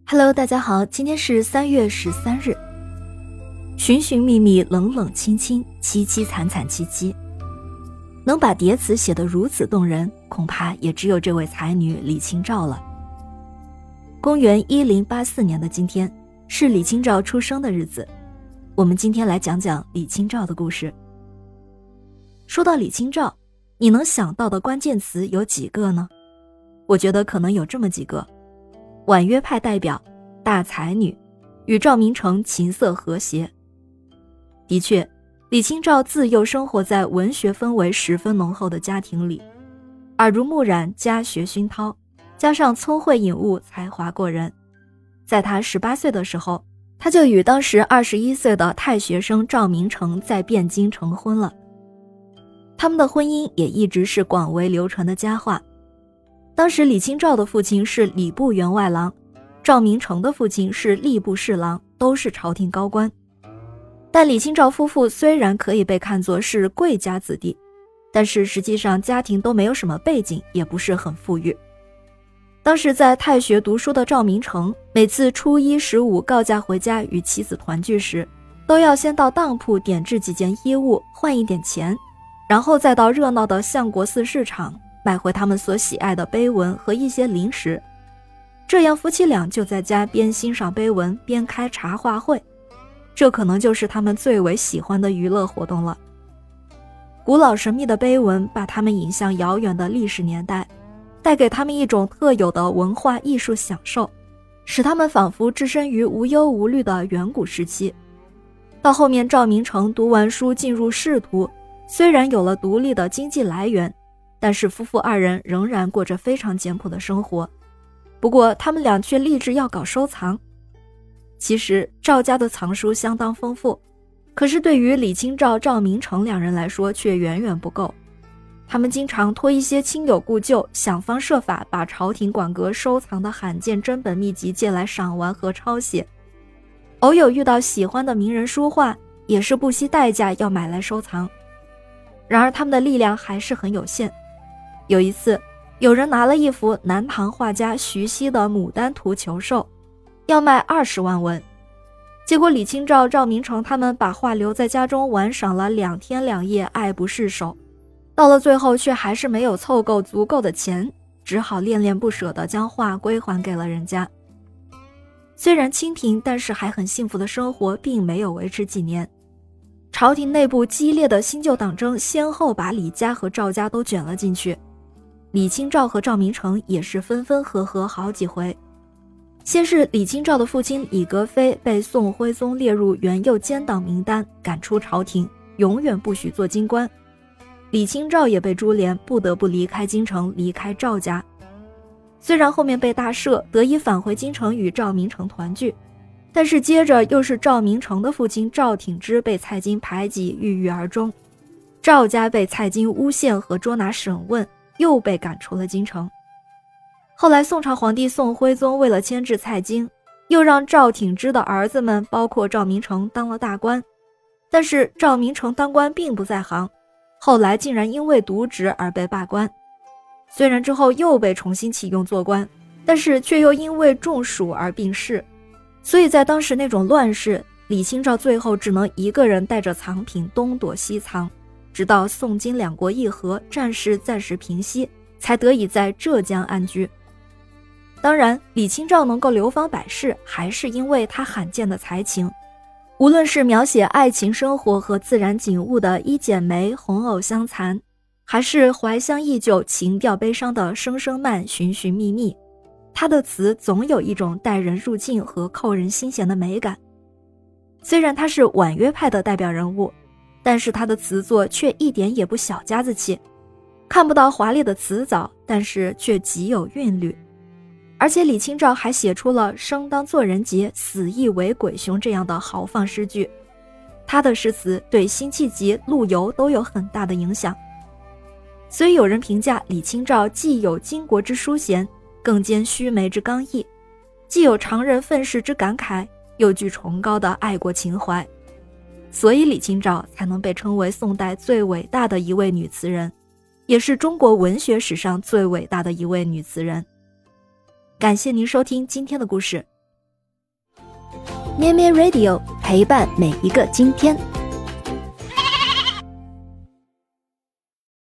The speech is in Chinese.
Hello， 大家好，今天是3月13日。寻寻觅觅，冷冷清清，凄凄惨惨戚戚。能把叠词写得如此动人，恐怕也只有这位才女李清照了。公元1084年的今天，是李清照出生的日子。我们今天来讲讲李清照的故事。说到李清照，你能想到的关键词有几个呢？我觉得可能有这么几个：婉约派代表，大才女，与赵明诚琴瑟和谐。的确，李清照自幼生活在文学氛围十分浓厚的家庭里，耳濡目染，家学熏陶，加上聪慧颖悟，才华过人。在她18岁的时候，她就与当时21岁的太学生赵明诚在汴京成婚了。他们的婚姻也一直是广为流传的佳话。当时李清照的父亲是礼部员外郎，赵明诚的父亲是吏部侍郎，都是朝廷高官。但李清照夫妇虽然可以被看作是贵家子弟，但是实际上家庭都没有什么背景，也不是很富裕。当时在太学读书的赵明诚，每次初一15告假回家与妻子团聚时，都要先到当铺点制几件衣物换一点钱，然后再到热闹的相国寺市场买回他们所喜爱的碑文和一些零食。这样夫妻俩就在家边欣赏碑文边开茶话会，这可能就是他们最为喜欢的娱乐活动了。古老神秘的碑文把他们引向遥远的历史年代，带给他们一种特有的文化艺术享受，使他们仿佛置身于无忧无虑的远古时期。到后面赵明诚读完书进入仕途，虽然有了独立的经济来源，但是夫妇二人仍然过着非常简朴的生活。不过他们俩却立志要搞收藏。其实赵家的藏书相当丰富，可是对于李清照、赵明诚两人来说却远远不够。他们经常托一些亲友故旧，想方设法把朝廷馆阁收藏的罕见珍本秘籍借来赏玩和抄写。偶有遇到喜欢的名人书画，也是不惜代价要买来收藏。然而他们的力量还是很有限。有一次，有人拿了一幅南唐画家徐熙的牡丹图求售，要卖20万文。结果李清照、赵明诚他们把画留在家中玩赏了2天2夜，爱不释手。到了最后却还是没有凑够足够的钱，只好恋恋不舍地将画归还给了人家。虽然清贫，但是还很幸福的生活并没有维持几年。朝廷内部激烈的新旧党争先后把李家和赵家都卷了进去，李清照和赵明诚也是分分合合好几回。先是李清照的父亲李格非被宋徽宗列入元佑奸党名单，赶出朝廷，永远不许做京官。李清照也被株连，不得不离开京城，离开赵家。虽然后面被大赦，得以返回京城与赵明诚团聚，但是接着又是赵明诚的父亲赵挺之被蔡京排挤，郁郁而终。赵家被蔡京诬陷和捉拿审问，又被赶出了京城。后来宋朝皇帝宋徽宗为了牵制蔡京，又让赵挺之的儿子们包括赵明诚当了大官。但是赵明诚当官并不在行，后来竟然因为渎职而被罢官。虽然之后又被重新启用做官，但是却又因为中暑而病逝。所以在当时那种乱世，李清照最后只能一个人带着藏品东躲西藏，直到宋金两国议和，战事暂时平息，才得以在浙江安居。当然，李清照能够流芳百世，还是因为她罕见的才情。无论是描写爱情生活和自然景物的《一剪梅》《红藕香残》，还是怀乡忆旧、情调悲伤的《声声慢》《寻寻觅觅》，她的词总有一种带人入境和扣人心弦的美感。虽然她是婉约派的代表人物，但是她的词作却一点也不小家子气，看不到华丽的词藻，但是却极有韵律。而且李清照还写出了生当作人杰，死亦为鬼雄这样的豪放诗句。他的诗词对辛弃疾、陆游都有很大的影响。所以有人评价李清照既有巾帼之淑贤，更兼须眉之刚毅，既有常人愤世之感慨，又具崇高的爱国情怀。所以李清照才能被称为宋代最伟大的一位女词人，也是中国文学史上最伟大的一位女词人。感谢您收听今天的故事， 咩咩 Radio 陪伴每一个今天。